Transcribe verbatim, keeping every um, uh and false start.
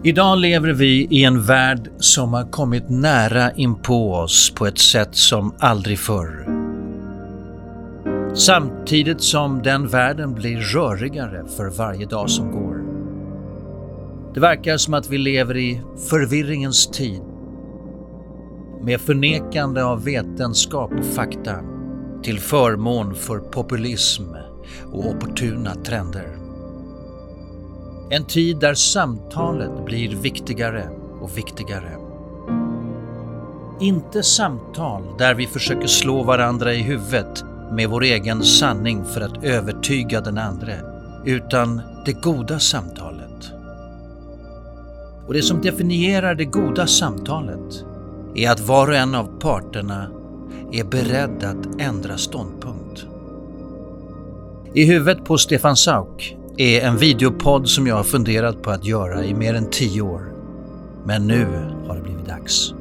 Idag lever vi i en värld som har kommit nära in på oss på ett sätt som aldrig förr. Samtidigt som den världen blir rörigare för varje dag som går. Det verkar som att vi lever i förvirringens tid. Med förnekande av vetenskap och fakta till förmån för populism och opportuna trender. En tid där samtalet blir viktigare och viktigare. Inte samtal där vi försöker slå varandra i huvudet med vår egen sanning för att övertyga den andra, utan det goda samtalet. Och det som definierar det goda samtalet är att var och en av parterna är beredd att ändra ståndpunkt. I huvudet på Stefan Sauk är en videopodd som jag har funderat på att göra i mer än tio år. Men nu har det blivit dags.